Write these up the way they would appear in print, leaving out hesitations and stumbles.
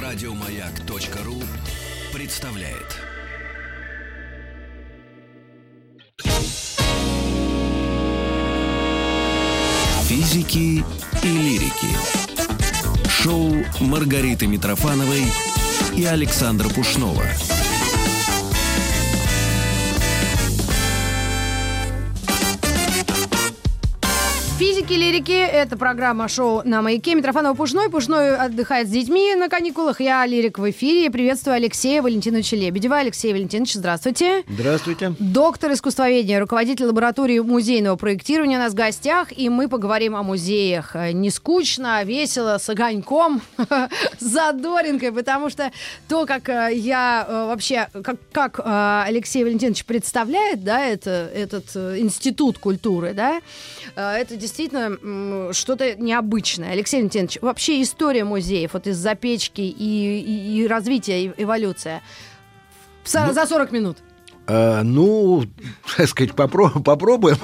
Радиомаяк.ру представляет. Физики и лирики. Шоу Маргариты Митрофановой и Александра Пушнова. Физики, лирики, это программа шоу на Маяке. Митрофанова Пушной. Пушной отдыхает с детьми на каникулах. Я лирик в эфире. Приветствую Алексея Валентиновича Лебедева. Алексей Валентинович, здравствуйте. Здравствуйте. Доктор искусствоведения, руководитель лаборатории музейного проектирования у нас в гостях. И мы поговорим о музеях. Не скучно, а весело, с огоньком, с задоринкой. Потому что то, как я вообще, как Алексей Валентинович представляет, да, этот институт культуры, да, это действительно что-то необычное. Алексей Валентинович, вообще история музеев, вот из-за печки и развития, эволюция. За 40 минут. Так сказать, попробуем.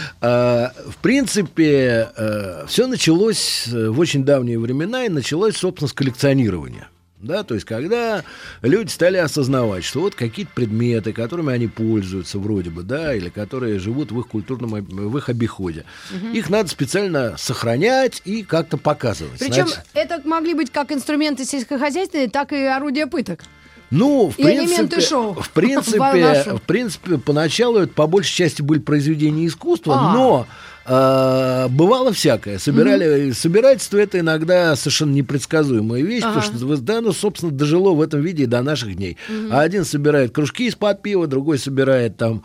В принципе, все началось в очень давние времена, и началось, собственно, с коллекционирования. Да, то есть, когда люди стали осознавать, что вот какие-то предметы, которыми они пользуются вроде бы, да, или которые живут в их культурном, в их обиходе, их надо специально сохранять и как-то показывать. Причем это могли быть как инструменты сельскохозяйственные, так и орудия пыток. Ну, в принципе, шоу. В принципе, поначалу это по большей части были произведения искусства, но бывало всякое. Собирательство — это иногда совершенно непредсказуемая вещь, потому что, да, ну, собственно, дожило в этом виде до наших дней. А один собирает кружки из-под пива, другой собирает там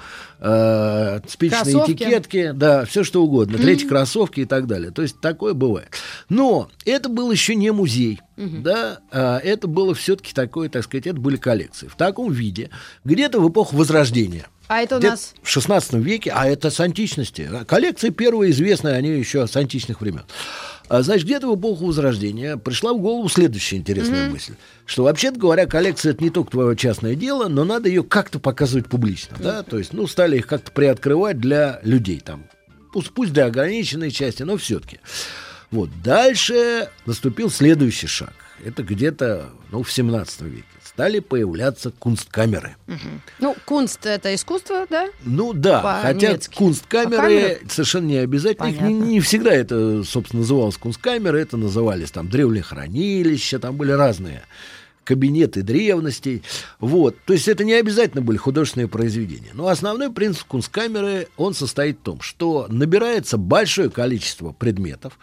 спичечные этикетки, да, все что угодно, третий кроссовки и так далее. То есть такое бывает. Но это был еще не музей. Да, это было все-таки такое, так сказать, это были коллекции. В таком виде, где-то в эпоху Возрождения. А это у нас? В 16 веке, а это с античности. Коллекции первые известные, они еще с античных времен. Значит, где-то в эпоху Возрождения пришла в голову следующая интересная мысль, что, вообще-то говоря, коллекция — это не только твое частное дело, но надо ее как-то показывать публично. Да? То есть, ну, стали их как-то приоткрывать для людей. Там, пусть для ограниченной части, но все-таки. Вот. Дальше наступил следующий шаг. Это где-то, в 17 веке. Стали появляться кунсткамеры. Ну, кунст — это искусство, да? Ну да, хотя кунсткамеры совершенно не обязательно. Их не всегда это, собственно, называлось кунсткамеры, это назывались там древние хранилища, там были разные кабинеты древностей. Вот. То есть это не обязательно были художественные произведения. Но основной принцип кунсткамеры, он состоит в том, что набирается большое количество предметов,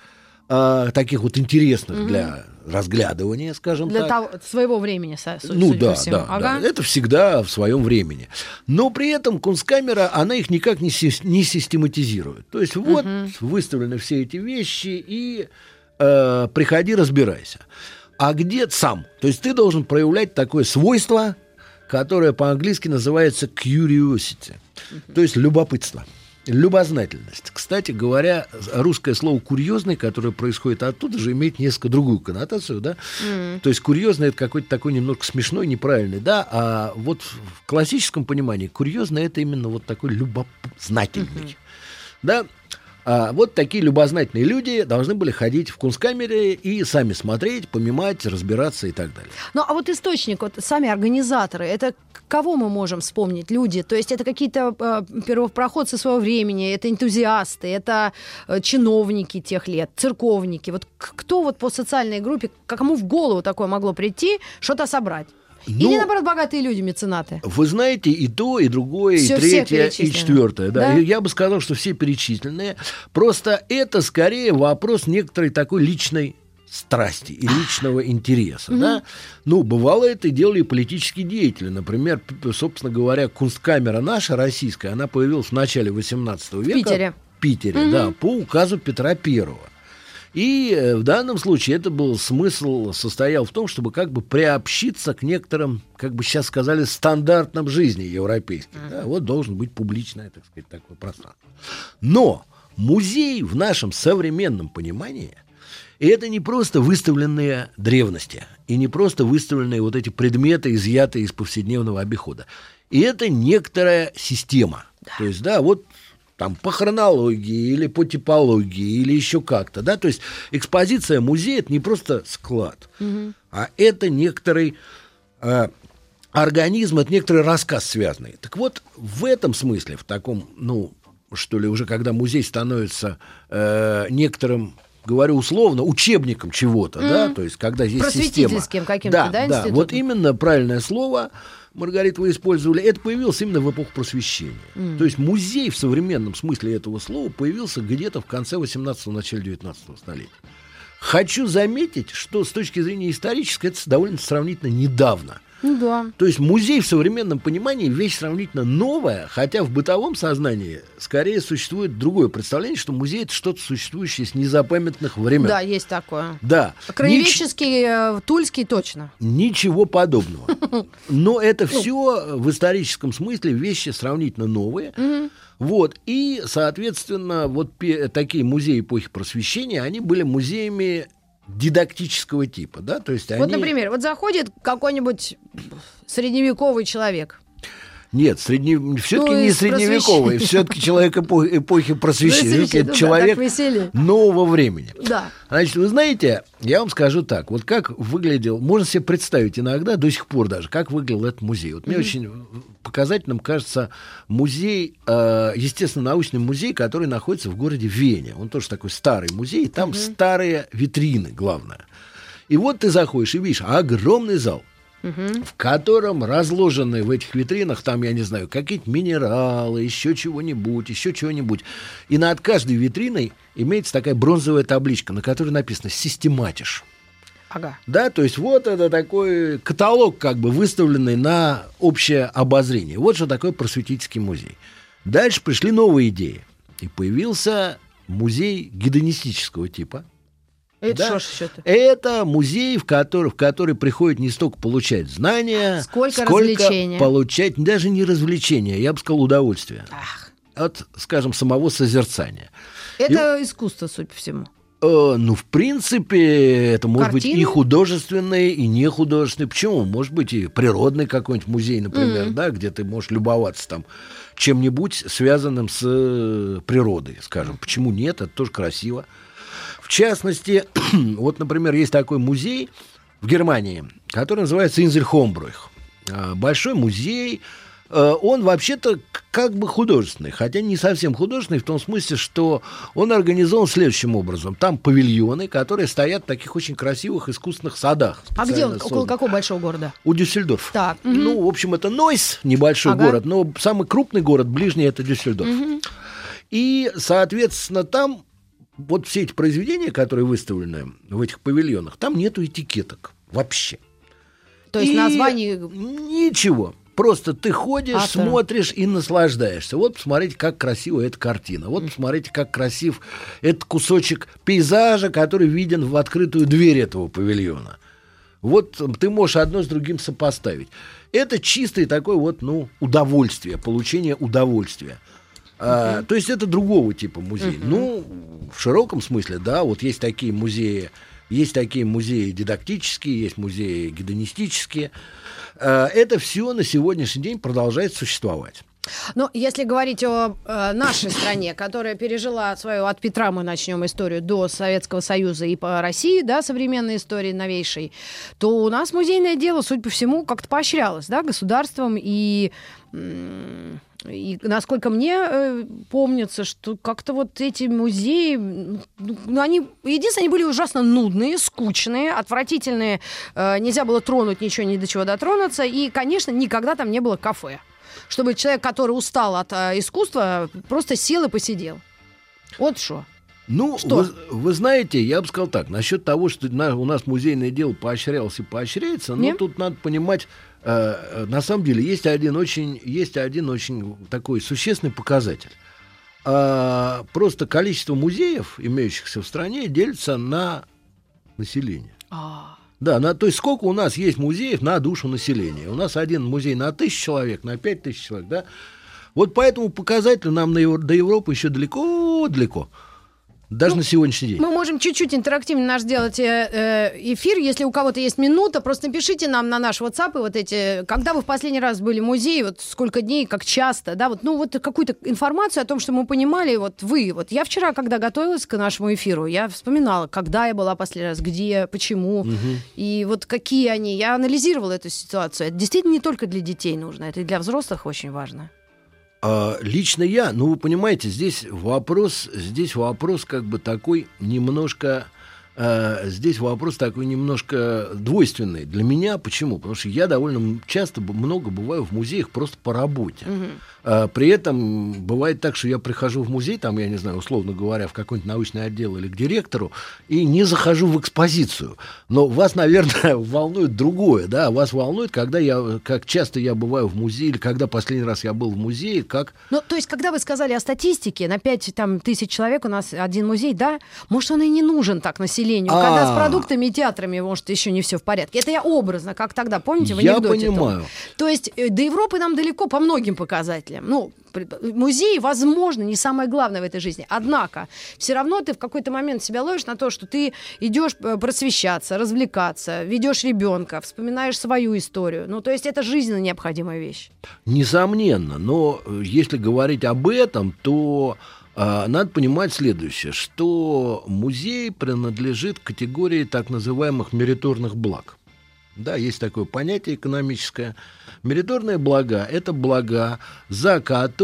таких вот интересных для разглядывания, скажем для так. Для своего времени, судя по всему. Да. Это всегда в своем времени. Но при этом кунсткамера, она их никак не систематизирует. То есть вот выставлены все эти вещи, и приходи, разбирайся. А где сам? То есть ты должен проявлять такое свойство, которое по-английски называется curiosity, то есть любопытство. Любознательность. Кстати говоря, русское слово «курьезный», которое происходит оттуда же, имеет несколько другую коннотацию, да? То есть курьезный — это какой-то такой немножко смешной, неправильный, да? А вот в классическом понимании курьезный — это именно вот такой любознательный, да? А вот такие любознательные люди должны были ходить в кунсткамере и сами смотреть, понимать, разбираться и так далее. Ну, а вот источник, вот сами организаторы, это кого мы можем вспомнить? Люди, то есть это какие-то первопроходцы своего времени, это энтузиасты, это чиновники тех лет, церковники. Вот кто вот по социальной группе, кому в голову такое могло прийти, что-то собрать? Или, наоборот, богатые люди, меценаты? Вы знаете, и то, и другое, и третье, и четвертое. Да? Я бы сказал, что все перечисленные. Просто это скорее вопрос некоторой такой личной страсти и личного интереса. Да? Ну, бывало это делали и политические деятели. Например, собственно говоря, кунсткамера наша, российская, она появилась в начале 18 века. В Питере, да, по указу Петра Первого. И в данном случае это был смысл, состоял в том, чтобы как бы приобщиться к некоторым, как бы сейчас сказали, стандартам жизни европейских. Да, вот должен быть публичное, так сказать, такое пространство. Но музей в нашем современном понимании — это не просто выставленные древности, и не просто выставленные вот эти предметы, изъятые из повседневного обихода. И это некоторая система. Да. То есть, да, вот там, по хронологии или по типологии или еще как-то, да, то есть экспозиция музея — это не просто склад, а это некоторый организм, это некоторый рассказ связанный. Так вот, в этом смысле, в таком, что ли, уже когда музей становится некоторым, говорю условно, учебником чего-то, да, то есть когда здесь система. Просветительским каким-то, да, институтом? Вот именно правильное слово, Маргарита, вы использовали, это появилось именно в эпоху Просвещения. То есть музей в современном смысле этого слова появился где-то в конце 18-го, начале 19-го столетия. Хочу заметить, что с точки зрения исторической это довольно сравнительно недавно. Да. То есть музей в современном понимании вещь сравнительно новая, хотя в бытовом сознании скорее существует другое представление, что музей — это что-то существующее с незапамятных времен. Да, есть такое. Да. Краеведческий, Тульский точно. Ничего подобного. Но это все в историческом смысле вещи сравнительно новые. Вот. И, соответственно, вот такие музеи эпохи Просвещения, они были музеями дидактического типа, да, то есть вот, например, вот заходит какой-нибудь средневековый человек. Нет, все-таки не средневековый, все-таки человек эпохи Просвещения, это человек нового времени. Да. Значит, вы знаете, я вам скажу так, вот как выглядел, можно себе представить иногда, до сих пор даже, как выглядел этот музей. Вот мне очень показательным кажется музей, естественно-научный музей, который находится в городе Вене. Он тоже такой старый музей, там старые витрины, главное. И вот ты заходишь и видишь огромный зал, в котором разложены в этих витринах, там, я не знаю, какие-то минералы, еще чего-нибудь. И над каждой витриной имеется такая бронзовая табличка, на которой написано «Систематиш». Ага. Да, то есть вот это такой каталог, как бы выставленный на общее обозрение. Вот что такое просветительский музей. Дальше пришли новые идеи. И появился музей гедонистического типа. Это что это? Это музей, в который приходит не столько получать знания, сколько развлечения. Получать даже не развлечения, я бы сказал, удовольствие. От, скажем, самого созерцания. Это искусство, судя по всему. В принципе, это может быть и художественный, и не художественный. Почему? Может быть и природный какой-нибудь музей, например, да, где ты можешь любоваться там чем-нибудь, связанным с природой, скажем. Почему нет? Это тоже красиво. В частности, вот, например, есть такой музей в Германии, который называется Инзельхомбрух. Большой музей. Он вообще-то как бы художественный, хотя не совсем художественный в том смысле, что он организован следующим образом. Там павильоны, которые стоят в таких очень красивых искусственных садах. А где он? Около какого большого города? У Дюссельдорфа. Так. В общем, это Нойс, небольшой город, но самый крупный город, ближний, это Дюссельдорф. И, соответственно, там вот все эти произведения, которые выставлены в этих павильонах, там нету этикеток вообще. То есть названий... Ничего. Просто ты ходишь, смотришь и наслаждаешься. Вот посмотрите, как красива эта картина. Вот посмотрите, как красив этот кусочек пейзажа, который виден в открытую дверь этого павильона. Вот ты можешь одно с другим сопоставить. Это чистое такое вот, удовольствие, получение удовольствия. То есть это другого типа музей. В широком смысле, да, вот есть такие музеи дидактические, есть музеи гедонистические. Это все на сегодняшний день продолжает существовать. Но если говорить о нашей стране, которая пережила свою, от Петра мы начнем историю, до Советского Союза и по России, да, современной истории новейшей, то у нас музейное дело, судя по всему, как-то поощрялось, да, государством и насколько мне помнится, что как-то вот эти музеи, единственное, они были ужасно нудные, скучные, отвратительные, нельзя было тронуть ничего, ни до чего дотронуться, и, конечно, никогда там не было кафе, чтобы человек, который устал от искусства, просто сел и посидел. Вот что. Вы знаете, я бы сказал так, насчет того, что у нас музейное дело поощрялось и поощряется, тут надо понимать, на самом деле есть один очень такой существенный показатель. Просто количество музеев, имеющихся в стране, делится на население. Да, то есть сколько у нас есть музеев на душу населения. У нас один музей на 1000 человек, на 5000 человек, да. Вот по этому показателю нам до Европы еще далеко-далеко. Даже на сегодняшний день. Мы можем чуть-чуть интерактивно наш сделать эфир. Если у кого-то есть минута, просто напишите нам на наш WhatsApp и вот эти, когда вы в последний раз были в музее, вот сколько дней, как часто, да, вот, ну вот какую-то информацию о том, что мы понимали, вот вы, вот я вчера, когда готовилась к нашему эфиру, я вспоминала, когда я была последний раз, где, почему, и вот какие они. Я анализировала эту ситуацию. Это действительно не только для детей нужно, это и для взрослых очень важно. Лично я, ну вы понимаете, здесь вопрос как бы такой немножко, здесь вопрос такой немножко двойственный для меня. Почему? Потому что я довольно часто много бываю в музеях просто по работе. При этом бывает так, что я прихожу в музей, там, я не знаю, условно говоря, в какой-нибудь научный отдел или к директору, и не захожу в экспозицию. Но вас, наверное, волнует другое, да? Вас волнует, как часто я бываю в музее, или когда последний раз я был в музее, как... Ну, то есть, когда вы сказали о статистике, на 5000 человек у нас один музей, да? Может, он и не нужен так населению, когда с продуктами и театрами, может, еще не все в порядке. Это я образно, как тогда, помните, в анекдоте? Я понимаю. То есть, до Европы нам далеко по многим показателям. Ну, музей, возможно, не самое главное в этой жизни. Однако, все равно ты в какой-то момент себя ловишь на то, что ты идешь просвещаться, развлекаться, ведешь ребенка, вспоминаешь свою историю. Ну, то есть, это жизненно необходимая вещь. Несомненно. Но если говорить об этом, то надо понимать следующее, что музей принадлежит к категории так называемых мериторных благ. Да, есть такое понятие экономическое. Мериторные блага – это блага, за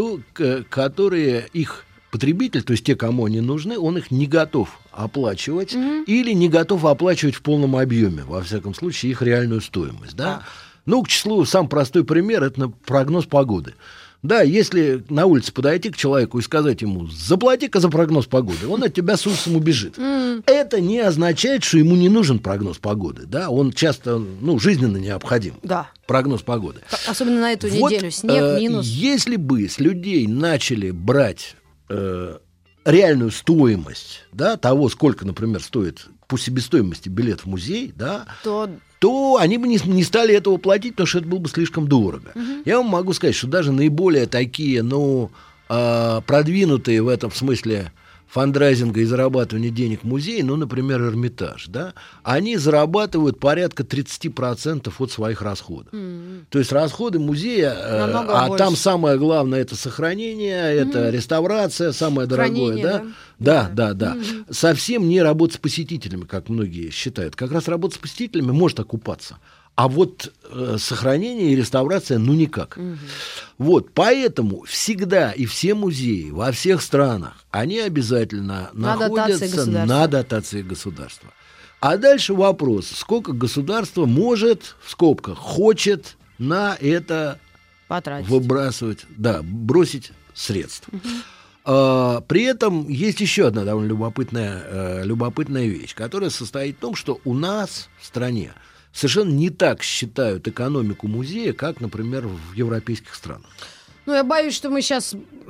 которые их потребитель, то есть те, кому они нужны, он их не готов оплачивать или не готов оплачивать в полном объеме, во всяком случае, их реальную стоимость. Да? Ну, к числу, самый простой пример – это прогноз погоды. Да, если на улице подойти к человеку и сказать ему: заплати-ка за прогноз погоды, он от тебя с ужасом убежит. Это не означает, что ему не нужен прогноз погоды. Да? Он часто, жизненно необходим. Да. Прогноз погоды. Особенно на эту неделю. Снег, минус. Если бы с людей начали брать реальную стоимость, да, того, сколько, например, стоит по себестоимости билет в музей, да, то они бы не стали этого платить, потому что это было бы слишком дорого. Я вам могу сказать, что даже наиболее такие, продвинутые в этом смысле фандрайзинга и зарабатывания денег музеи, например, Эрмитаж, да, они зарабатывают порядка 30% от своих расходов. То есть расходы музея, там самое главное — это сохранение, это реставрация, самое дорогое, да? Совсем не работа с посетителями, как многие считают. Как раз работа с посетителями может окупаться. А вот сохранение и реставрация, никак. Вот, поэтому всегда и все музеи во всех странах, они обязательно находятся на дотации государства. А дальше вопрос, сколько государство может, в скобках, хочет на это выбрасывать, бросить средств. При этом есть еще одна довольно любопытная вещь, которая состоит в том, что у нас в стране совершенно не так считают экономику музея, как, например, в европейских странах. Я боюсь, что мы сейчас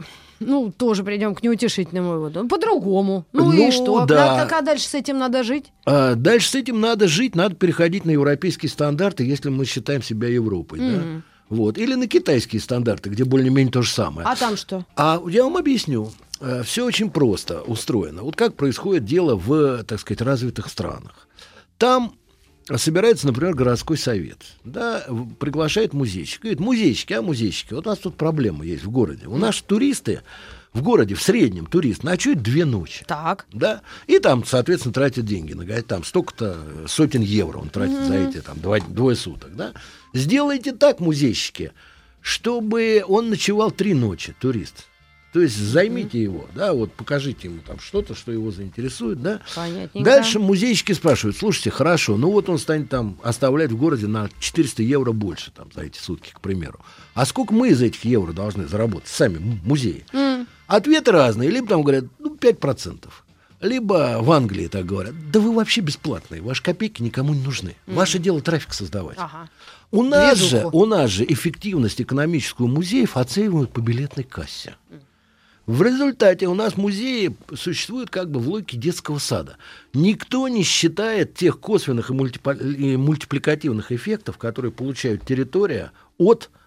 тоже придем к неутешительному выводу. По-другому. И что? Да. А дальше с этим надо жить? Дальше с этим надо жить, надо переходить на европейские стандарты, если мы считаем себя Европой. Да? Вот. Или на китайские стандарты, где более-менее то же самое. А там что? Я вам объясню. Все очень просто устроено. Вот как происходит дело в, так сказать, развитых странах. Там собирается, например, городской совет, да, приглашает музейщик. Говорит: музейщики, вот у нас тут проблема есть в городе. У нас туристы в городе, в среднем турист ночует 2 ночи. Так. Да, и там, соответственно, тратит деньги. Там столько-то сотен евро он тратит за эти двое суток. Да. Сделайте так, музейщики, чтобы он ночевал 3 ночи, турист. То есть займите его, да, вот покажите ему там что-то, что его заинтересует, да. Понятненько. Дальше музейщики спрашивают: слушайте, хорошо, он станет там оставлять в городе на 400 евро больше там за эти сутки, к примеру. А сколько мы из этих евро должны заработать сами музеи? Ответы разные. Либо там говорят 5%. Либо в Англии так говорят: да вы вообще бесплатные, ваши копейки никому не нужны. Ваше дело трафик создавать. У нас же эффективность экономическую музеев оценивают по билетной кассе. В результате у нас музеи существуют как бы в логике детского сада. Никто не считает тех косвенных и мультипликативных эффектов, которые получают территория от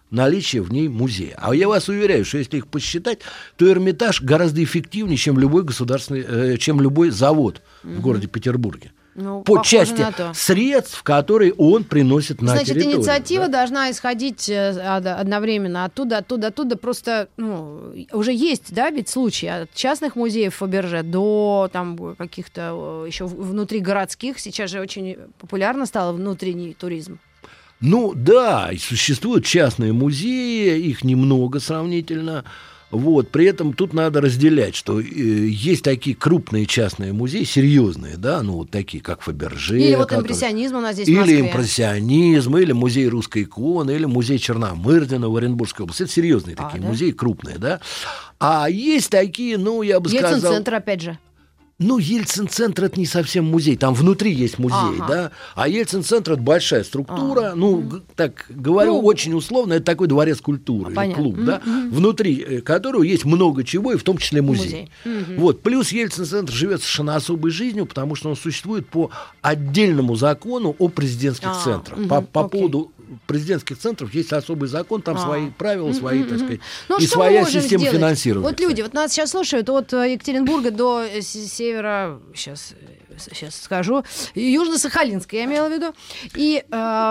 наличие в ней музея. А я вас уверяю, что если их посчитать, то Эрмитаж гораздо эффективнее, чем любой государственный, чем любой завод в городе Петербурге. Ну, по части средств, которые он приносит на территорию. Значит, инициатива должна исходить одновременно оттуда. Просто уже есть, да, ведь случаи от частных музеев Фаберже до там каких-то еще внутригородских. Сейчас же очень популярно стал внутренний туризм. Ну да, существуют частные музеи, их немного сравнительно. Вот, при этом тут надо разделять, что есть такие крупные частные музеи, серьезные, да, ну вот такие, как Фаберже. Или вот импрессионизм у нас здесь в Москве. Или импрессионизм, или музей русской иконы, или музей Черномырдина в Оренбургской области. Это серьезные такие музеи, крупные, да. А есть такие, я бы сказал... Ельцин-центр, опять же. Ельцин-центр — это не совсем музей, там внутри есть музей, да, а Ельцин-центр — это большая структура, так говорю, очень условно, это такой дворец культуры, или клуб, да, внутри которого есть много чего, и в том числе музей. Вот, плюс Ельцин-центр живет совершенно особой жизнью, потому что он существует по отдельному закону о президентских центрах. По поводу президентских центров есть особый закон, там свои правила, свои, так сказать, и своя система финансирования. Вот люди, вот нас сейчас слушают от Екатеринбурга до севера, сейчас скажу, Южно-Сахалинска, я имела в виду. И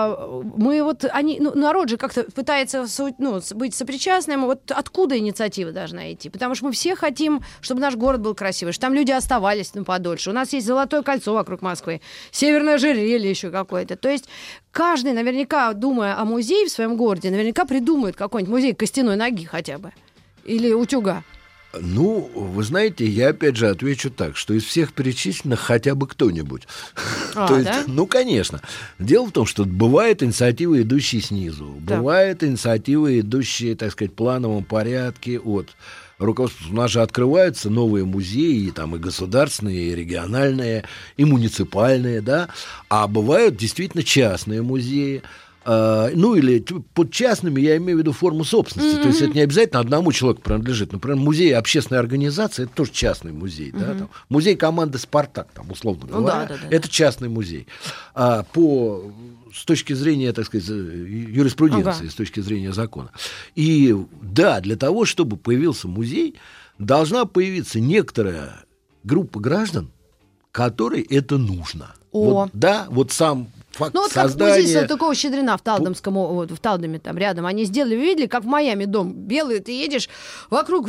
мы народ же как-то пытается быть сопричастным. Вот откуда инициатива должна идти? Потому что мы все хотим, чтобы наш город был красивый, чтобы там люди оставались подольше. У нас есть Золотое кольцо вокруг Москвы, Северное ожерелье еще какое-то. То есть каждый наверняка, думая о музее в своем городе, наверняка придумает какой-нибудь музей костяной ноги хотя бы. Или утюга. Вы знаете, я опять же отвечу так, что из всех перечисленных хотя бы кто-нибудь. То есть, да? Конечно. Дело в том, что бывают инициативы, идущие снизу. Бывают инициативы, идущие, так сказать, в плановом порядке от руководства. У нас же открываются новые музеи, там и государственные, и региональные, и муниципальные, да. А бывают действительно частные музеи. Или под частными я имею в виду форму собственности. То есть это не обязательно одному человеку принадлежит. Например, музей общественной организации — это тоже частный музей. Да? Там, музей команды «Спартак», там, условно говоря, это частный музей. С точки зрения, так сказать, юриспруденции, с точки зрения закона. И да, для того, чтобы появился музей, должна появиться некоторая группа граждан, которой это нужно. Сам факт создания... как музей Салтыкова-Щедрина в Талдомском, в Талдоме там рядом, они сделали, вы видели, как в Майами дом белый, ты едешь вокруг,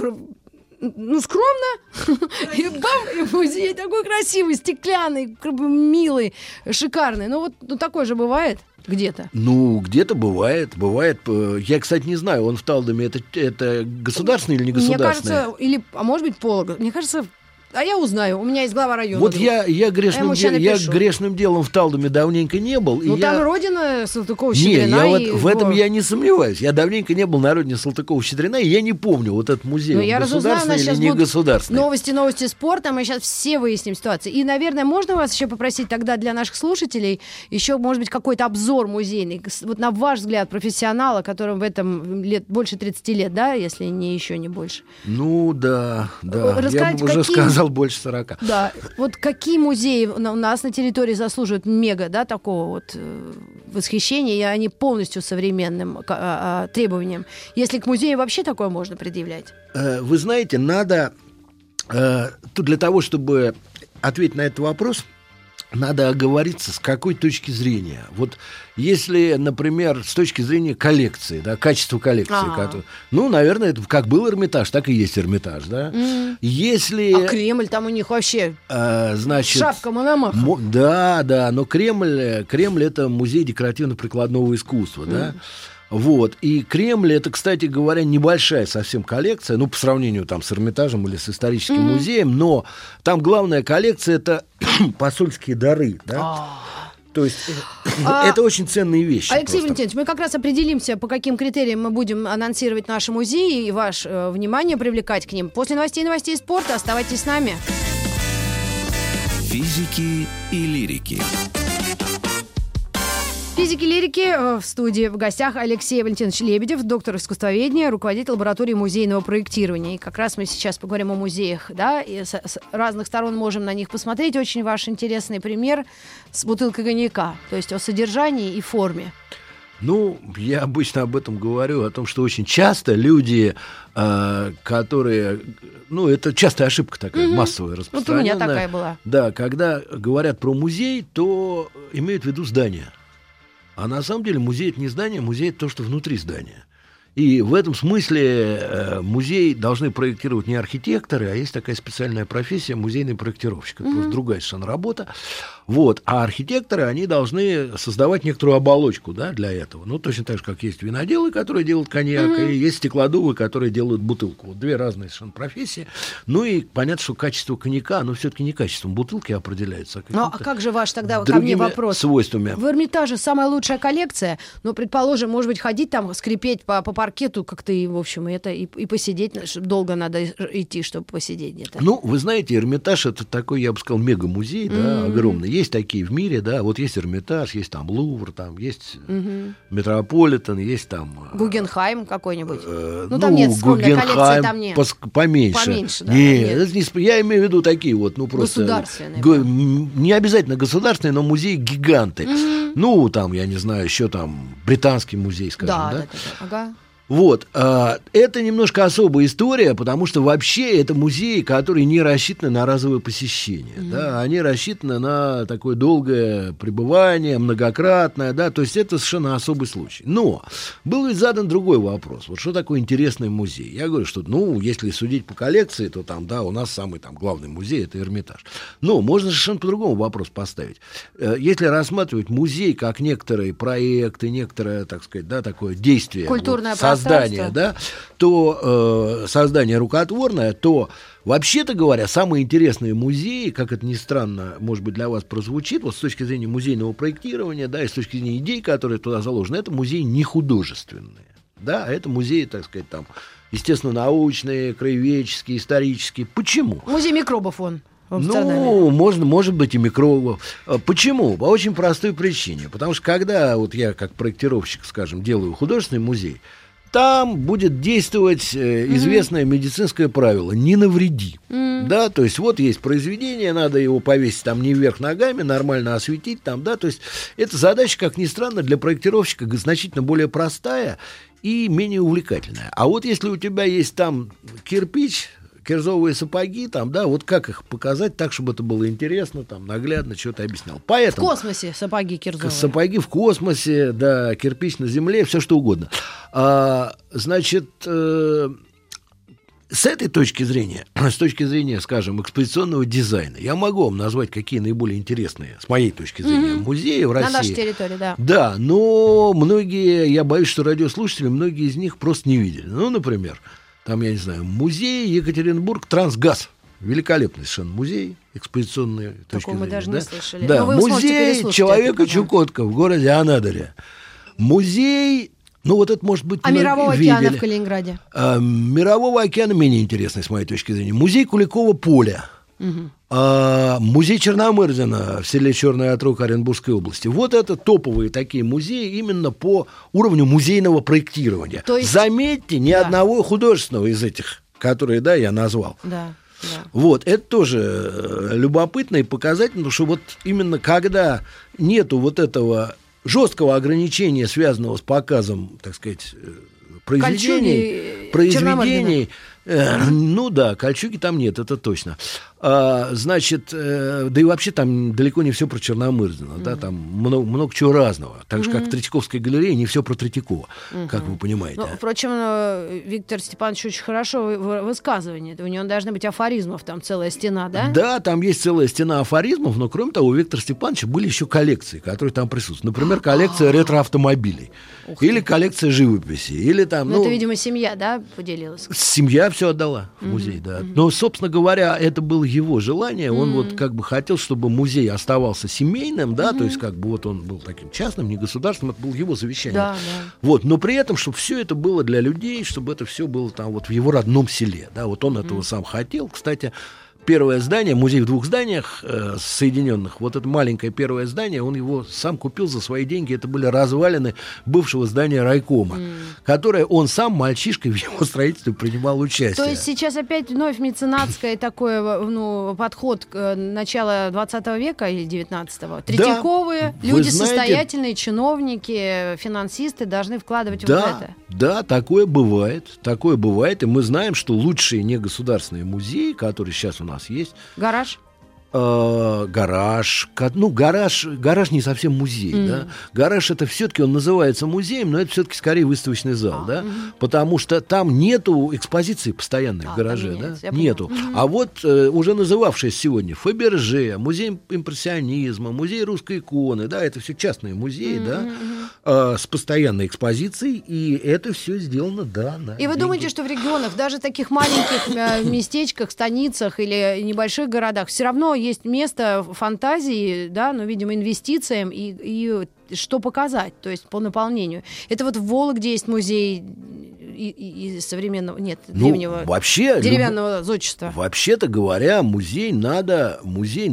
скромно, и музей такой красивый, стеклянный, милый, шикарный. Такой же бывает где-то. Где-то бывает. Я, кстати, не знаю, он в Талдоме это государственный или не государственный? Мне кажется, а может быть полог. Мне кажется... А я узнаю, у меня есть глава района. Вот я грешным делом в Талдоме давненько не был. Там родина Салтыкова-Щедрина. Нет, в этом я не сомневаюсь. Я давненько не был на родине Салтыкова-Щедрина, и я не помню, вот этот музей, государственный или не государственный. Новости спорта, мы сейчас все выясним ситуацию. И, наверное, можно вас еще попросить тогда для наших слушателей еще, может быть, какой-то обзор музейный. Вот на ваш взгляд, профессионала, которому в этом больше 30 лет, да, если еще не больше? Да. Я бы уже сказал, больше 40. Да. Вот какие музеи у нас на территории заслуживают такого восхищения, и они полностью современным требованиям? Если к музею вообще такое можно предъявлять? Вы знаете, надо... Тут для того, чтобы ответить на этот вопрос, надо оговориться, с какой точки зрения. Вот если, например, с точки зрения коллекции, качества коллекции, наверное, это как был Эрмитаж, так и есть Эрмитаж, да. Если... А Кремль там у них вообще шапка Мономаха. Но Кремль — это музей декоративно-прикладного искусства, да. И Кремль — это, кстати говоря, небольшая совсем коллекция, по сравнению с Эрмитажем или с историческим музеем, но там главная коллекция — это посольские дары, да? То есть это очень ценные вещи. Алексей Валентинович, мы как раз определимся, по каким критериям мы будем анонсировать наши музеи и ваше внимание привлекать к ним. После новостей спорта оставайтесь с нами. Физики и лирики. Физики-лирики в студии в гостях Алексей Валентинович Лебедев, доктор искусствоведения, руководитель лаборатории музейного проектирования. И как раз мы сейчас поговорим о музеях, и с разных сторон можем на них посмотреть. Очень ваш интересный пример с бутылкой коньяка, то есть о содержании и форме. Ну, я обычно об этом говорю, о том, что очень часто люди, которые... Ну, это частая ошибка такая, массовая, распространенная. Вот у меня такая была. Да, когда говорят про музей, то имеют в виду здание. А на самом деле музей — это не здание, музей — это то, что внутри здания. И в этом смысле музей должны проектировать не архитекторы, а есть такая специальная профессия — музейный проектировщик. Это просто другая совершенно работа. Вот. А архитекторы, они должны создавать некоторую оболочку, да, для этого. Ну, точно так же, как есть виноделы, которые делают коньяк, и есть стеклодувы, которые делают бутылку. Вот две разные совершенно профессии. Ну и понятно, что качество коньяка, оно все-таки не качеством бутылки определяется. Ну, а как же ваш тогда ко мне вопрос? Свойствами. В Эрмитаже самая лучшая коллекция, но, предположим, может быть, ходить там, скрипеть по паркету как-то, и, в общем, это и посидеть, долго надо идти, чтобы посидеть где-то. Ну, вы знаете, Эрмитаж — это такой, я бы сказал, мега-музей, да, огромный. Есть такие в мире, да, вот есть Эрмитаж, есть там Лувр, там есть Метрополитен, есть там... Гугенхайм какой-нибудь. Там нет скромной коллекции, там нет. Поменьше. Поменьше, да. Нет, я имею в виду такие вот, ну, просто... Государственные. Не обязательно государственные, но музеи-гиганты. Ну, там, я не знаю, еще там Британский музей, скажем, да? Да. Ага. Вот, это немножко особая история, потому что вообще это музеи, которые не рассчитаны на разовое посещение, да, они рассчитаны на такое долгое пребывание, многократное, да, то есть это совершенно особый случай. Но был ведь задан другой вопрос, вот что такое интересный музей? Я говорю, что, ну, если судить по коллекции, то там, да, у нас самый там главный музей — это Эрмитаж. Но можно совершенно по-другому вопрос поставить. Если рассматривать музей как некоторые проекты, некоторое, так сказать, да, такое действие, культурное создание, да, то создание рукотворное, то, вообще-то говоря, самые интересные музеи, как это ни странно, может быть, для вас прозвучит, вот с точки зрения музейного проектирования, да, и с точки зрения идей, которые туда заложены, это музеи не художественные, да, это музеи, так сказать, там, естественно-научные, краеведческие, исторические. Почему? Музей микробов он. Ну, может быть, и микробов. Почему? По очень простой причине. Потому что когда вот я, как проектировщик, скажем, делаю художественный музей, там будет действовать известное медицинское правило: не навреди. Да, то есть вот есть произведение, надо его повесить там не вверх ногами, нормально осветить там, да, то есть эта задача, как ни странно, для проектировщика значительно более простая и менее увлекательная. А вот если у тебя есть там кирпич, кирзовые сапоги, там, да, вот как их показать так, чтобы это было интересно, там, наглядно, что-то объяснял. Поэтому, в космосе сапоги кирзовые. Сапоги в космосе, да, кирпич на земле, все что угодно. Значит, с этой точки зрения, с точки зрения, скажем, экспозиционного дизайна, я могу вам назвать, какие наиболее интересные, с моей точки зрения, музеи в России. На нашей территории, да. Да, но многие, я боюсь, что радиослушатели, многие из них просто не видели. Ну, например, там, я не знаю, музей Екатеринбург Трансгаз. Великолепный совершенно музей, экспозиционный. Такого мы даже не слышали. Да, музей Человека Чукотка в городе Анадыря. Музей, ну вот это может быть... Мирового океана в Калининграде? Мирового океана менее интересный, с моей точки зрения. Музей Куликова поля. Музей Черномырдина в селе Черный Отрог Оренбургской области. Вот это топовые такие музеи именно по уровню музейного проектирования. То есть... Заметьте, ни одного художественного из этих, которые, да, я назвал. Да. Вот, это тоже любопытно и показательно, потому что вот именно когда нету вот этого жесткого ограничения, связанного с показом, так сказать, произведений, ну да, Кольчуги там нет, это точно. Значит, да и вообще там далеко не все про Черномырдина, да, там много чего разного. Так же, как в Третьяковской галерее, не все про Третьякова, как вы понимаете. Ну, впрочем, Виктор Степанович очень хорошо высказывание. У него должны быть афоризмов, там целая стена, да? Да, там есть целая стена афоризмов, но кроме того, у Виктора Степановича были еще коллекции, которые там присутствуют. Например, коллекция ретро-автомобилей. Или коллекция живописи. Или там, ну, это, видимо, семья, да, поделилась? Семья все отдала в музей, да. Но, собственно говоря, это было его желание. Он вот как бы хотел, чтобы музей оставался семейным, да, то есть как бы вот он был таким частным, не государственным, это было его завещание. Да. Вот, но при этом, чтобы все это было для людей, чтобы это все было там вот в его родном селе, да, вот он этого сам хотел. Кстати, первое здание, музей в 2 зданиях соединенных, вот это маленькое первое здание, он его сам купил за свои деньги. Это были развалины бывшего здания райкома, которое он сам, мальчишкой, в его строительстве принимал участие. То есть сейчас опять вновь меценатское такой подход к началу 20 века или 19-го. Третьяковые, люди состоятельные, чиновники, финансисты должны вкладывать вот это. Да, такое бывает. И мы знаем, что лучшие негосударственные музеи, которые сейчас у нас есть... Гараж? Гараж не совсем музей, да. Гараж это все-таки он называется музеем, но это все-таки скорее выставочный зал, да, потому что там нету экспозиции постоянной в гараже, да, нету. А вот уже называвшись сегодня Фаберже, музей импрессионизма, музей русской иконы, да, это все частные музеи, да, с постоянной экспозицией, и это все сделано, да. И вы думаете, что в регионах, даже таких маленьких местечках, станицах или небольших городах, все равно есть место фантазии, да, но, видимо, инвестициям и что показать, то есть по наполнению. Это вот в Вологде есть музей и современного, древнего, деревянного зодчества. Вообще-то говоря, музей надо,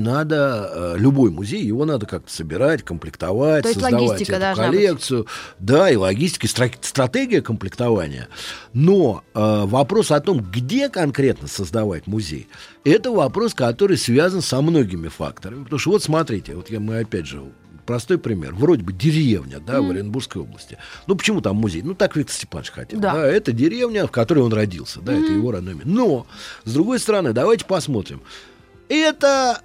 любой музей, его надо как-то собирать, комплектовать, то есть создавать эту коллекцию. Быть. Да, и логистика, стратегия комплектования. Но вопрос о том, где конкретно создавать музей, это вопрос, который связан со многими факторами. Потому что вот смотрите, мы опять же... Простой пример. Вроде бы деревня, да, в Оренбургской области. Ну, почему там музей? Ну, так Виктор Степанович хотел. Да. Да, это деревня, в которой он родился. Да, это его родное место. Но, с другой стороны, давайте посмотрим. Это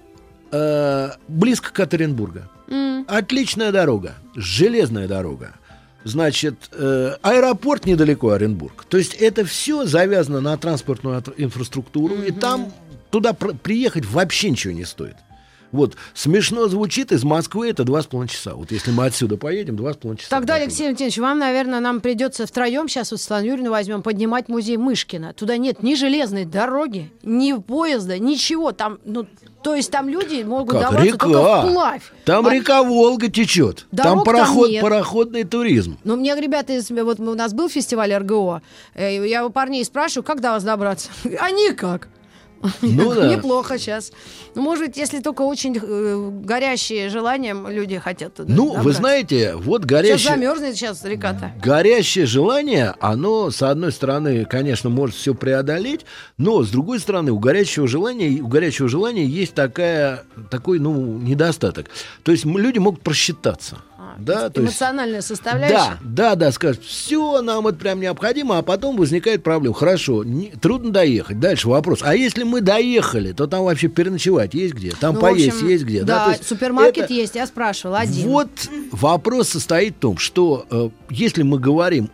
близко к Оренбургу. Отличная дорога. Железная дорога. Значит, аэропорт недалеко Оренбург. То есть это все завязано на транспортную инфраструктуру. И там туда приехать вообще ничего не стоит. Вот, смешно звучит, из Москвы это 2,5 часа. Вот если мы отсюда поедем, 2,5 часа. Тогда, Алексей Валентинович, нам придется втроем, сейчас вот Светлану Юрьевну возьмем, поднимать музей Мышкина. Туда нет ни железной дороги, ни поезда, ничего. Там, то есть там люди могут добраться только вплавь. Там река Волга течет. Там пароходный туризм. Ну, мне ребята, вот у нас был фестиваль РГО, я у парней спрашиваю, как до вас добраться? А никак. Неплохо сейчас. Может быть, если только очень горящие желанием люди хотят туда. Вы знаете, вот горящее... Сейчас замерзнет река-то. Горящее желание, оно, с одной стороны, конечно, может все преодолеть, но, с другой стороны, у горящего желания есть такой недостаток. То есть люди могут просчитаться. Да, эмоциональная составляющая. Да, скажут, все, нам это прям необходимо, а потом возникает проблема. Хорошо, трудно доехать. Дальше вопрос. А если мы доехали, то там вообще переночевать есть где? Там поесть есть где? Да, то есть супермаркет есть, я спрашивала, один. Вот вопрос состоит в том, что если мы говорим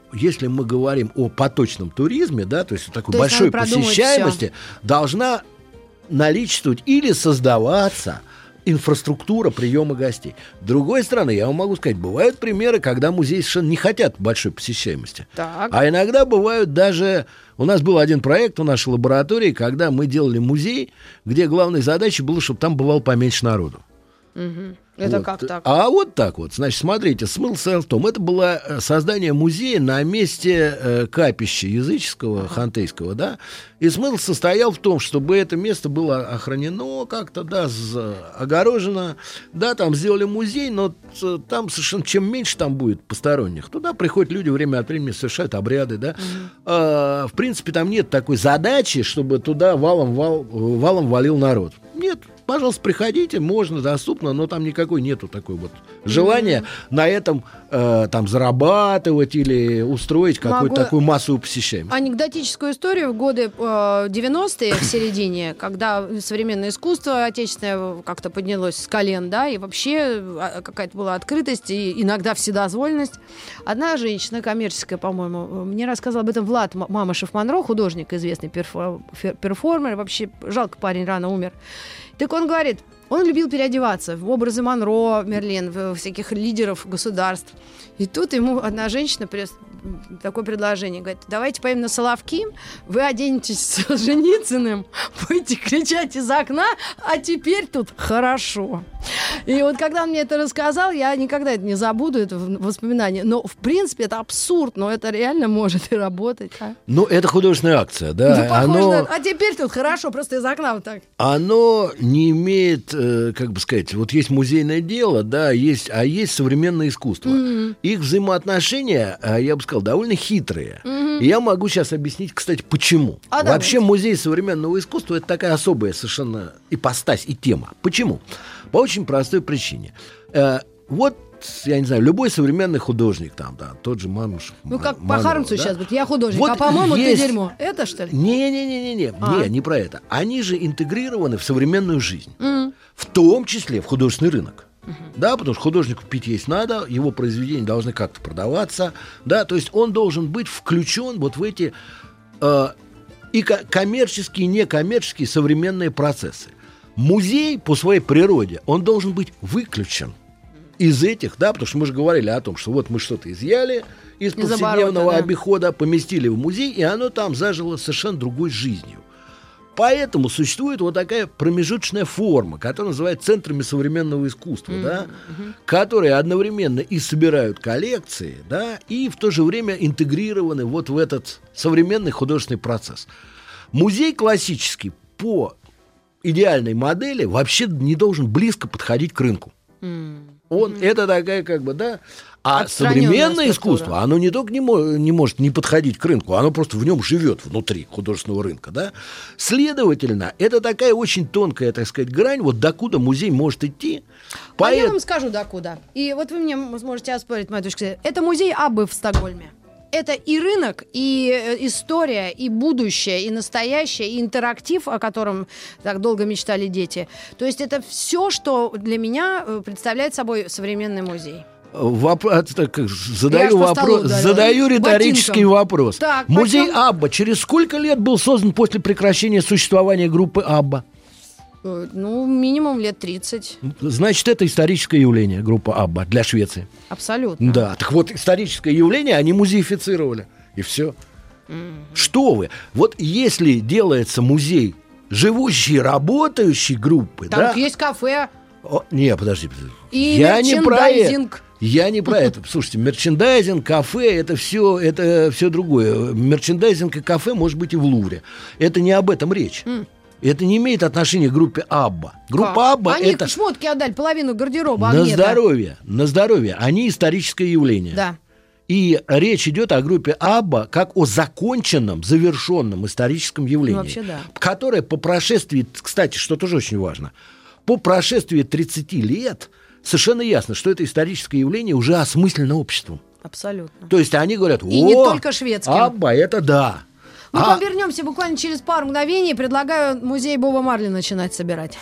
о поточном туризме, да, то есть такой большой посещаемости, должна наличествовать или создаваться инфраструктура приема гостей. С другой стороны, я вам могу сказать, бывают примеры, когда музеи совершенно не хотят большой посещаемости. Так. А иногда бывают даже... У нас был один проект в нашей лаборатории, когда мы делали музей, где главной задачей было, чтобы там бывало поменьше народу. Угу. Это как так? А вот так вот. Значит, смотрите, смысл в том, это было создание музея на месте капища языческого, хантейского, да, и смысл состоял в том, чтобы это место было охранено как-то, да, огорожено, да, там сделали музей, но там совершенно, чем меньше там будет посторонних, туда приходят люди время от времени, совершают обряды, да. В принципе, там нет такой задачи, чтобы туда валом валил народ. Нет. Пожалуйста, приходите, можно, доступно, но там никакой нету такой вот желания на этом там зарабатывать или устроить какую-то такую массовую посещаемость. Анекдотическую историю в годы 90-е в середине, когда современное искусство отечественное как-то поднялось с колен, да, и вообще какая-то была открытость и иногда вседозволенность. Одна женщина, коммерческая, по-моему, мне рассказал об этом Влад Мамышев-Монро, художник, известный перформер, вообще жалко, парень рано умер. Так он говорит, он любил переодеваться в образы Монро, Мерлен, в всяких лидеров государств. И тут ему одна женщина такое предложение. Говорит, давайте поедем на Соловки, вы оденетесь с Солженицыным, будете кричать из окна, а теперь тут хорошо. И вот когда он мне это рассказал, я никогда это не забуду, это воспоминание. Но, в принципе, это абсурд, но это реально может и работать. А? Ну, это художественная акция, да. Ну, похоже а теперь тут хорошо, просто из окна вот так. Оно не имеет, как бы сказать, вот есть музейное дело, да, есть современное искусство. Их взаимоотношения, я бы сказал, довольно хитрые. И я могу сейчас объяснить, кстати, почему. Вообще музей современного искусства — это такая особая совершенно ипостась и тема. Почему? По очень простой причине. Вот, я не знаю, любой современный художник, там, да, тот же Манушев. Ну, как по Хармсу сейчас будет, я художник, вот а по-моему, ты дерьмо. Это, что ли? Не про это. Они же интегрированы в современную жизнь. В том числе в художественный рынок. Да, потому что художнику пить есть надо, его произведения должны как-то продаваться, да, то есть он должен быть включен вот в эти и коммерческие, и некоммерческие современные процессы. Музей по своей природе, он должен быть выключен из этих, да, потому что мы же говорили о том, что вот мы что-то изъяли из повседневного обихода, поместили в музей, и оно там зажило совершенно другой жизнью. Поэтому существует вот такая промежуточная форма, которая называется центрами современного искусства, да, которые одновременно и собирают коллекции, да, и в то же время интегрированы вот в этот современный художественный процесс. Музей классический по идеальной модели вообще не должен близко подходить к рынку. Это такая как бы, да. А современное искусство, оно не только не может не подходить к рынку, оно просто в нем живет внутри художественного рынка, да. Следовательно, это такая очень тонкая, так сказать, грань, вот докуда музей может идти. Я вам скажу, докуда. И вот вы мне сможете оспорить мою точку зрения. Это музей Аббы в Стокгольме. Это и рынок, и история, и будущее, и настоящее, и интерактив, о котором так долго мечтали дети. То есть это все, что для меня представляет собой современный музей. Задаю риторический вопрос. Так, музей Абба через сколько лет был создан после прекращения существования группы Абба? Ну, минимум лет 30. Значит, это историческое явление, группа Абба, для Швеции. Абсолютно. Да, так вот, историческое явление они музеифицировали, и все. Что вы? Вот если делается музей живущей, работающей группы, там есть кафе. Подожди. И мерчендайзинг. Я не про это. Слушайте, мерчендайзинг, кафе, это все другое. Мерчендайзинг и кафе может быть и в Лувре. Это не об этом речь. Это не имеет отношения к группе Абба. Группа Абба они это... шмотки отдали, половину гардероба. На здоровье. Они историческое явление. Да. И речь идет о группе Абба как о законченном, завершенном историческом явлении. Вообще, да. Которое по прошествии, кстати, что тоже очень важно, по прошествии 30 лет совершенно ясно, что это историческое явление уже осмысленно обществом. Абсолютно. То есть они говорят, и не только шведским. Абба, это да. Мы вернемся буквально через пару мгновений. Предлагаю музей Боба Марли начинать собирать.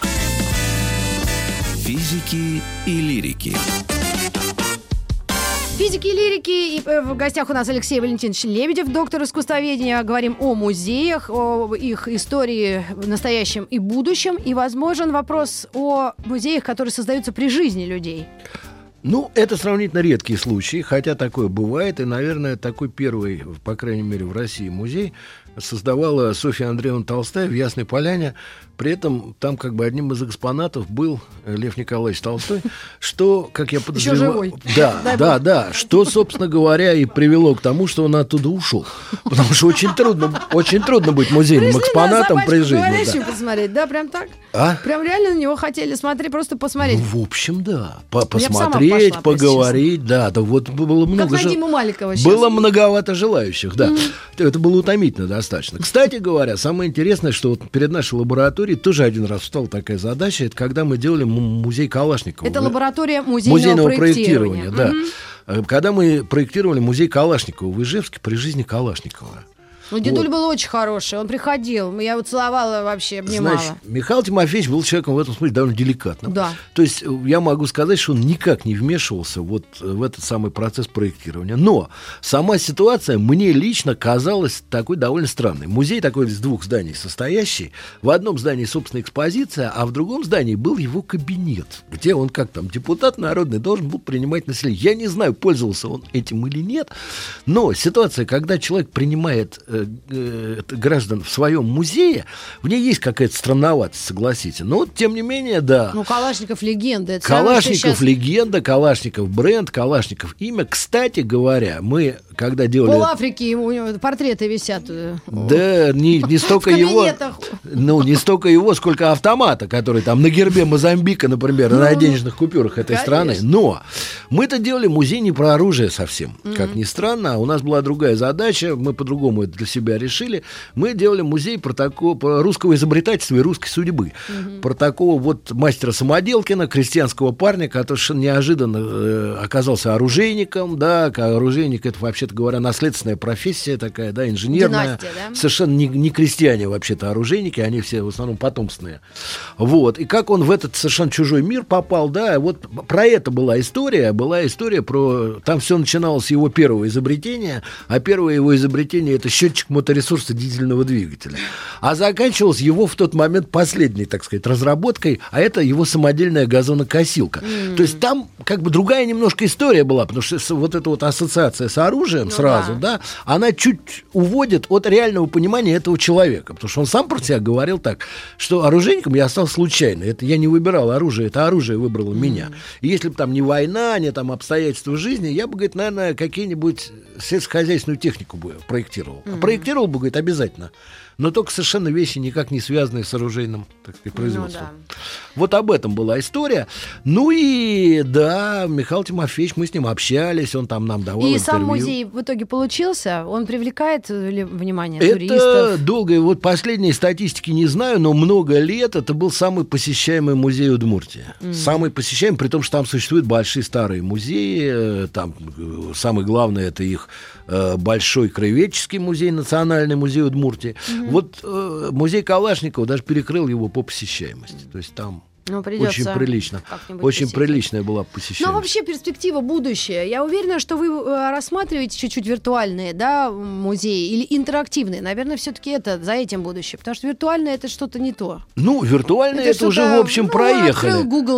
Физики и лирики. Физики и лирики. И в гостях у нас Алексей Валентинович Лебедев, доктор искусствоведения. Говорим о музеях, о их истории в настоящем и будущем. И возможен вопрос о музеях, которые создаются при жизни людей. Ну, это сравнительно редкие случаи, хотя такое бывает. И, наверное, такой первый, по крайней мере, в России музей создавала Софья Андреевна Толстая в Ясной Поляне. При этом там как бы одним из экспонатов был Лев Николаевич Толстой, что, как я подозреваю... Еще живой. Да, что, собственно говоря, и привело к тому, что он оттуда ушел. Потому что очень трудно быть музейным экспонатом при жизни. Да. Посмотреть, да, прям так? А? Прям реально на него хотели смотреть, просто посмотреть? Ну, в общем, да. Посмотреть, поговорить, да. Да вот было много... Как на Диму Маликова сейчас. Было многовато желающих, да. Это было утомительно достаточно. Кстати говоря, самое интересное, что вот перед нашей лабораторией тоже один раз встала такая задача, это когда мы делали музей Калашникова. Это лаборатория музейного проектирования. Да. Когда мы проектировали музей Калашникова в Ижевске при жизни Калашникова. Ну, дедуль был очень хороший, он приходил, я его целовала вообще, обнимала. Значит, Михаил Тимофеевич был человеком в этом смысле довольно деликатным. Да. То есть я могу сказать, что он никак не вмешивался вот в этот самый процесс проектирования. Но сама ситуация мне лично казалась такой довольно странной. Музей такой из двух зданий состоящий. В одном здании, собственно, экспозиция, а в другом здании был его кабинет, где он, как там, депутат народный, должен был принимать население. Я не знаю, пользовался он этим или нет, но ситуация, когда человек принимает граждан в своем музее, в ней есть какая-то странноватость, согласитесь. Но вот, тем не менее, да. Ну, Калашников легенда. Это Калашников сейчас... легенда, Калашников бренд, Калашников имя. Кстати говоря, мы, когда делали... Пол Африки, у него портреты висят. Да, не столько его... Ну, не столько его, сколько автомата, который там на гербе Мозамбика, например, на денежных купюрах этой страны. Но мы-то делали музей не про оружие совсем. Как ни странно, у нас была другая задача, мы по-другому это для себя решили. Мы делали музей про русского изобретательства и русской судьбы. Про такого вот мастера самоделкина, крестьянского парня, который совершенно неожиданно оказался оружейником. Да, оружейник — это, вообще-то говоря, наследственная профессия такая, да, инженерная. Династия, да? Совершенно не крестьяне вообще-то оружейники, они все в основном потомственные. Вот. И как он в этот совершенно чужой мир попал, да, вот про это была история про... Там все начиналось с его первого изобретения, а первое его изобретение — это счетчик моторесурса дизельного двигателя. А заканчивалось его в тот момент последней, так сказать, разработкой, а это его самодельная газонокосилка. То есть там как бы другая немножко история была, потому что вот эта вот ассоциация с оружием сразу, да, она чуть уводит от реального понимания этого человека, потому что он сам про себя говорил так, что оружейником я стал случайно, это я не выбирал оружие, это оружие выбрало меня. И если бы там не война, не там обстоятельства жизни, я бы, говорит, наверное, какие-нибудь сельскохозяйственную технику бы проектировал. Проектировал бы, говорит, обязательно. Но только совершенно вещи, никак не связанные с оружейным, так сказать, производством. Ну, да. Вот об этом была история. Ну и да, Михаил Тимофеевич, мы с ним общались, он там нам давал интервью. И сам музей в итоге получился? Он привлекает ли внимание туристов? Это долго, вот последней статистики не знаю, но много лет это был самый посещаемый музей Удмуртии. Самый посещаемый, при том, что там существуют большие старые музеи, там самое главное — это их большой краеведческий музей, Национальный музей Удмуртии. Вот музей Калашникова даже перекрыл его по посещаемости. То есть там очень прилично. Очень приличная была посещаемость. Ну, вообще перспектива, будущее. Я уверена, что вы рассматриваете чуть-чуть виртуальные, да, музеи или интерактивные. Наверное, все-таки это за этим будущее. Потому что виртуальное — это что-то не то. Ну, виртуальное это уже, в общем, проехали. Открыл Google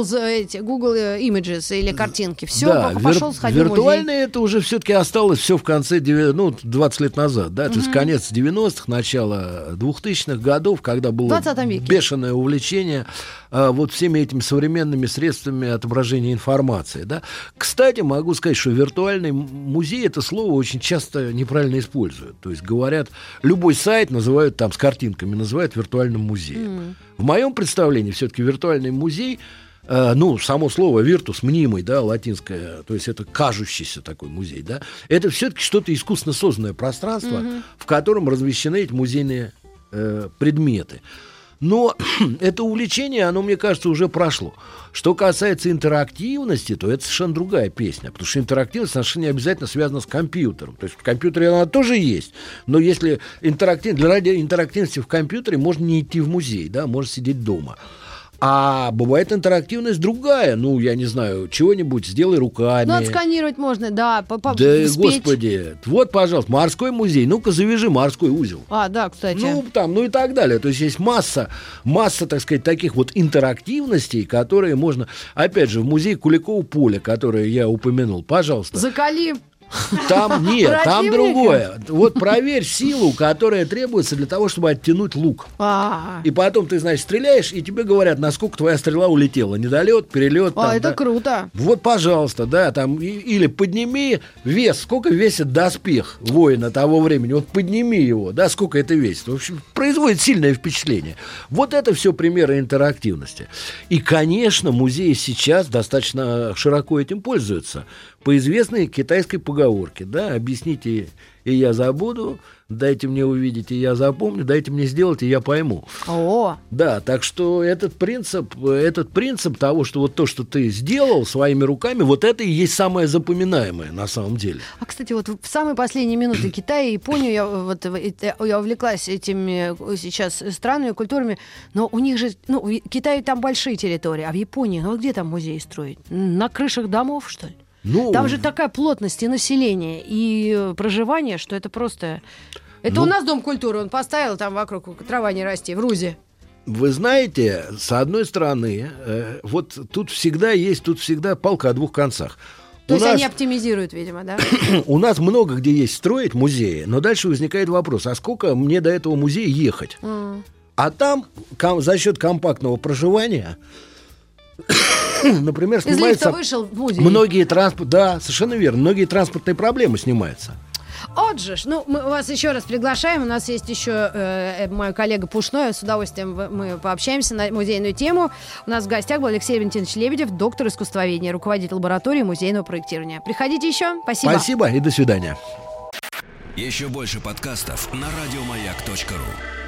Images или картинки. Все, да, пошел, сходил в музей. Виртуальное это уже все-таки осталось все в конце 20 лет назад. Да? То есть конец 90-х, начало 2000-х годов, когда было бешеное увлечение вот всеми этими современными средствами отображения информации. Да? Кстати, могу сказать, что виртуальный музей — это слово очень часто неправильно используют. То есть говорят, любой сайт называют там с картинками, называют виртуальным музеем. В моем представлении все-таки виртуальный музей, ну, само слово «виртус», мнимый, да, латинское, то есть это кажущийся такой музей, да, это все-таки что-то искусственно созданное пространство, в котором размещены эти музейные предметы. Но это увлечение, оно, мне кажется, уже прошло. Что касается интерактивности, то это совершенно другая песня, потому что интерактивность совершенно не обязательно связана с компьютером. То есть в компьютере она тоже есть, но если ради интерактивности в компьютере можно не идти в музей, да, можно сидеть дома. А бывает интерактивность другая. Ну, я не знаю, чего-нибудь сделай руками. Ну, отсканировать можно, да. Да, господи. Вот, пожалуйста, морской музей. Ну-ка, завяжи морской узел. А, да, кстати. Ну, там, ну и так далее. То есть есть масса, так сказать, таких вот интерактивностей, которые можно... Опять же, в музее Куликово поле, которое я упомянул, пожалуйста. Закали... Там нет, там другое. Вот проверь силу, которая требуется для того, чтобы оттянуть лук. И потом ты, значит, стреляешь, и тебе говорят, насколько твоя стрела улетела. Недолет, перелет. Там, это круто. Вот, пожалуйста, да, там, или подними вес, сколько весит доспех воина того времени. Вот подними его, да, сколько это весит. В общем, производит сильное впечатление. Вот это все примеры интерактивности. И, конечно, музеи сейчас достаточно широко этим пользуются. По известной китайской поговорке поговорки, да, объясните, и я забуду, дайте мне увидеть, и я запомню, дайте мне сделать, и я пойму. О! Да, так что этот принцип того, что вот то, что ты сделал своими руками, вот это и есть самое запоминаемое на самом деле. А, кстати, вот в самые последние минуты Китая и Японию, я увлеклась этими сейчас странами, культурами, но у них же, в Китае там большие территории, а в Японии, где там музей строить? На крышах домов, что ли? Там же такая плотность и населения, и проживание, что это просто... Это у нас Дом культуры, он поставил там вокруг, трава не расти, в Рузе. Вы знаете, с одной стороны, вот тут всегда палка о двух концах. То есть они оптимизируют, видимо, да? У нас много где есть строить музеи, но дальше возникает вопрос, а сколько мне до этого музея ехать? А там за счет компактного проживания... Например, снимаются многие транспортные проблемы снимаются. Отже, мы вас еще раз приглашаем. У нас есть еще мой коллега Пушной. С удовольствием мы пообщаемся на музейную тему. У нас в гостях был Алексей Валентинович Лебедев, доктор искусствоведения, руководитель лаборатории музейного проектирования. Приходите еще. Спасибо. Спасибо и до свидания. Еще больше подкастов на радиомаяк.ру.